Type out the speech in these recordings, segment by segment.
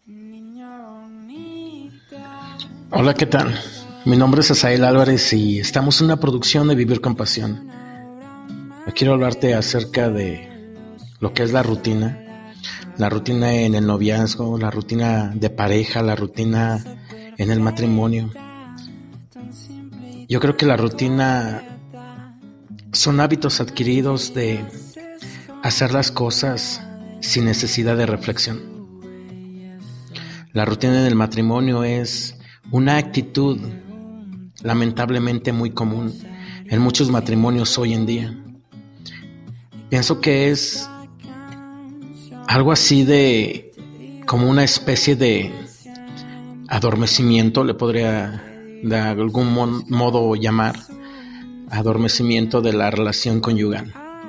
Hola, ¿qué tal? Mi nombre es Asael Álvarez y estamos en una producción de Vivir con Pasión. Yo quiero hablarte acerca de lo que es la rutina en el noviazgo, la rutina de pareja, la rutina en el matrimonio. Yo creo que la rutina son hábitos adquiridos de hacer las cosas sin necesidad de reflexión. La rutina en el matrimonio es una actitud lamentablemente muy común en muchos matrimonios hoy en día. Pienso que es algo así de como una especie de adormecimiento, le podría de algún modo llamar adormecimiento de la relación conyugal.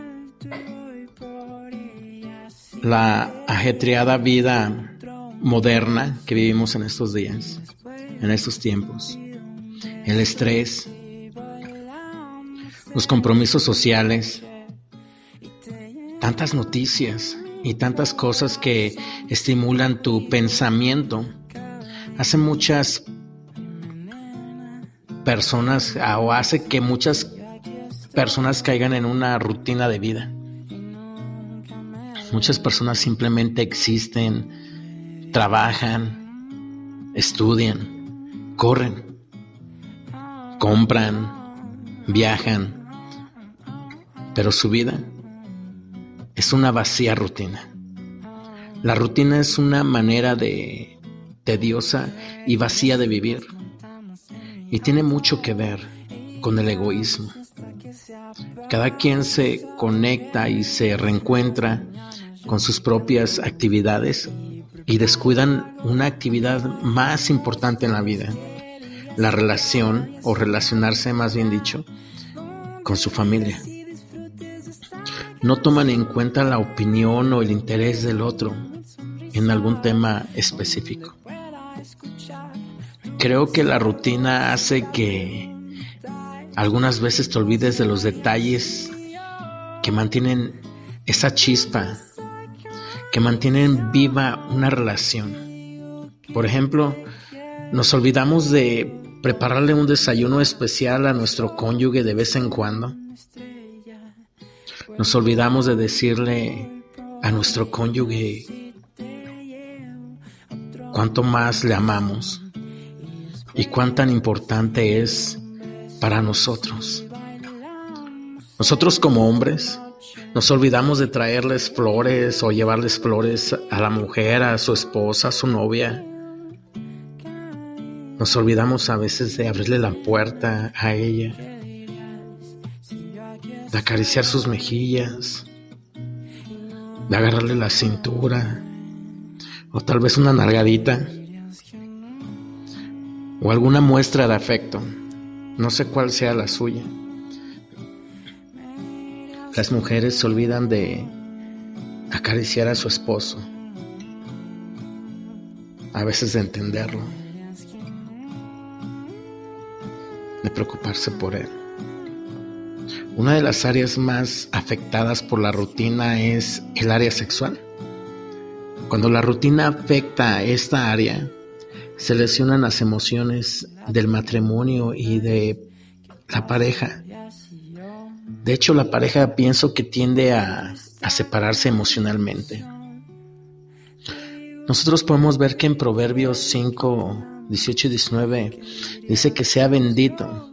La ajetreada vida moderna que vivimos en estos días, en estos tiempos, el estrés, los compromisos sociales, tantas noticias y tantas cosas que estimulan tu pensamiento, hace muchas personas o hace que muchas personas caigan en una rutina de vida. Muchas personas simplemente existen, trabajan, estudian, corren, compran, viajan, pero su vida es una vacía rutina. La rutina es una manera tediosa y vacía de vivir y tiene mucho que ver con el egoísmo. Cada quien se conecta y se reencuentra con sus propias actividades y descuidan una actividad más importante en la vida, la relación o relacionarse, más bien dicho, con su familia. No toman en cuenta la opinión o el interés del otro en algún tema específico. Creo que la rutina hace que algunas veces te olvides de los detalles que mantienen esa chispa, que mantienen viva una relación. Por ejemplo, nos olvidamos de prepararle un desayuno especial a nuestro cónyuge de vez en cuando. Nos olvidamos de decirle a nuestro cónyuge cuánto más le amamos y cuán tan importante es para nosotros. Nosotros como hombres nos olvidamos de traerles flores o llevarles flores a la mujer, a su esposa, a su novia. Nos olvidamos a veces de abrirle la puerta a ella, de acariciar sus mejillas, de agarrarle la cintura, o tal vez una nalgadita, o alguna muestra de afecto. No sé cuál sea la suya. Las mujeres se olvidan de acariciar a su esposo, a veces de entenderlo, de preocuparse por él. Una de las áreas más afectadas por la rutina es el área sexual. Cuando la rutina afecta a esta área, se lesionan las emociones del matrimonio y de la pareja. De hecho, la pareja pienso que tiende a separarse emocionalmente. Nosotros podemos ver que en Proverbios 5, 18 y 19 dice que sea bendito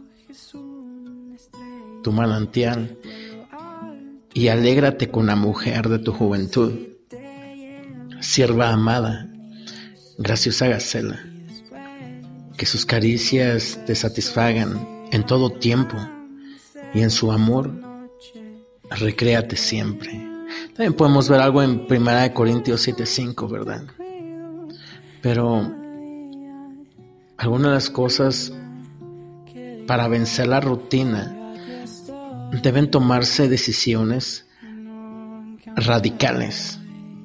tu manantial y alégrate con la mujer de tu juventud, sierva amada, graciosa gacela, que sus caricias te satisfagan en todo tiempo y en su amor recréate siempre. También podemos ver algo en 1 Corintios 7:5, ¿verdad? Pero algunas de las cosas para vencer la rutina deben tomarse decisiones radicales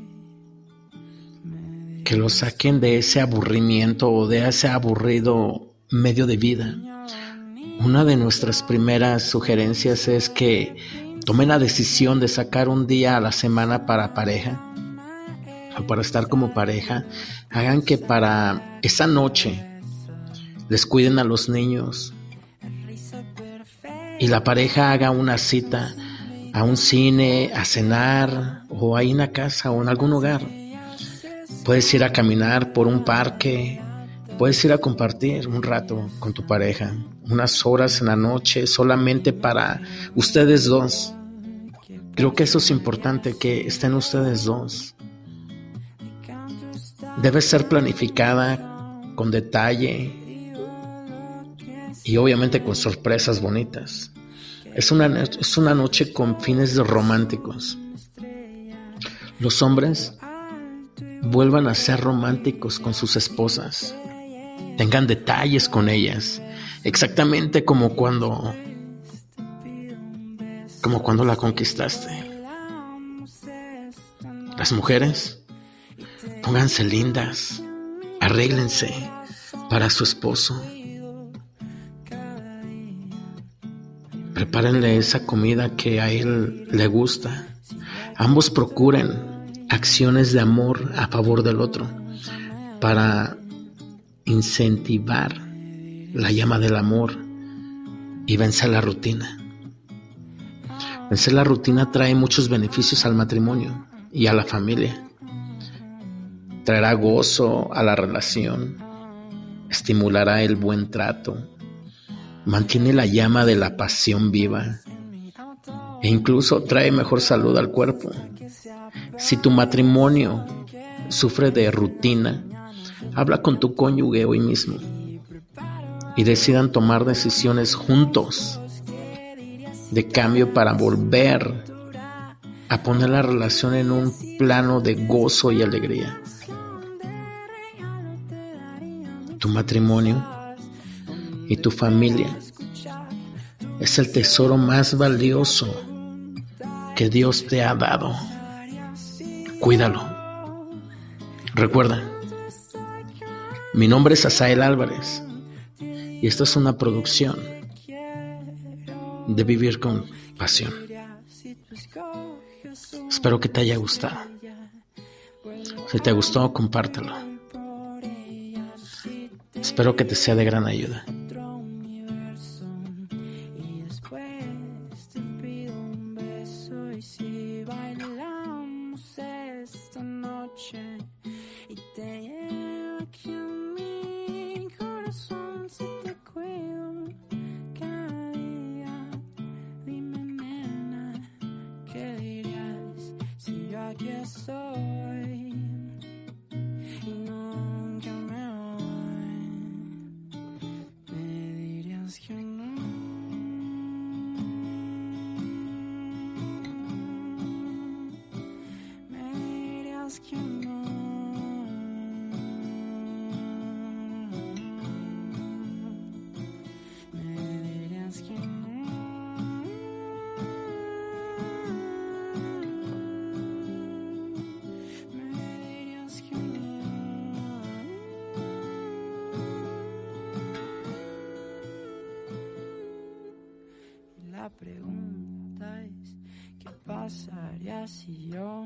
que lo saquen de ese aburrimiento o de ese aburrido medio de vida. Una de nuestras primeras sugerencias es que tomen la decisión de sacar un día a la semana para pareja, o para estar como pareja, hagan que para esa noche les cuiden a los niños y la pareja haga una cita a un cine, a cenar, o ahí en la casa o en algún lugar. Puedes ir a caminar por un parque, puedes ir a compartir un rato con tu pareja, unas horas en la noche solamente para ustedes dos. Creo que eso es importante, que estén ustedes dos. Debe ser planificada con detalle y obviamente con sorpresas bonitas. Es una noche con fines románticos. Los hombres vuelvan a ser románticos con sus esposas. Tengan detalles con ellas, exactamente como cuando la conquistaste. Las mujeres, pónganse lindas, arréglense para su esposo. Prepárenle esa comida que a él le gusta. Ambos procuren acciones de amor a favor del otro para incentivar la llama del amor y vencer la rutina. Vencer la rutina trae muchos beneficios al matrimonio y a la familia. Traerá gozo a la relación, estimulará el buen trato, mantiene la llama de la pasión viva e incluso trae mejor salud al cuerpo. Si tu matrimonio sufre de rutina, habla con tu cónyuge hoy mismo y decidan tomar decisiones juntos de cambio para volver a poner la relación en un plano de gozo y alegría. Tu matrimonio y tu familia es el tesoro más valioso que Dios te ha dado. Cuídalo. Recuerda, mi nombre es Asael Álvarez y esta es una producción de Vivir con Pasión. Espero que te haya gustado. Si te gustó, compártelo. Espero que te sea de gran ayuda. Aquí estoy y nunca me voy. Me dirías que no. Me dirías que no. Me dirías que no. La pregunta es, ¿qué pasaría si yo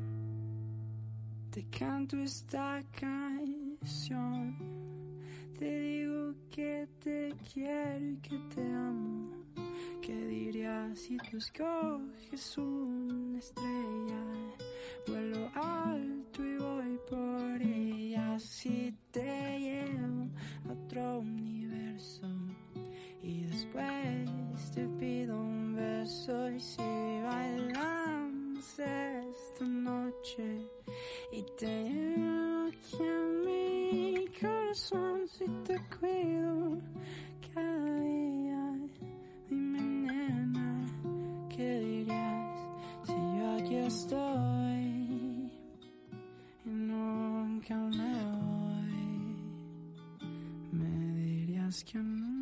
te canto esta canción? Te digo que te quiero y que te amo. ¿Qué dirías si tú escoges una estrella? Vuelo alto y voy por ella. Si te llevo a otro universo y después te pido un beso, y si bailamos esta noche y te llevo aquí a mi corazón, si te cuido cada día, dime nena, ¿qué dirías si yo aquí estoy y nunca me voy? Me dirías que no.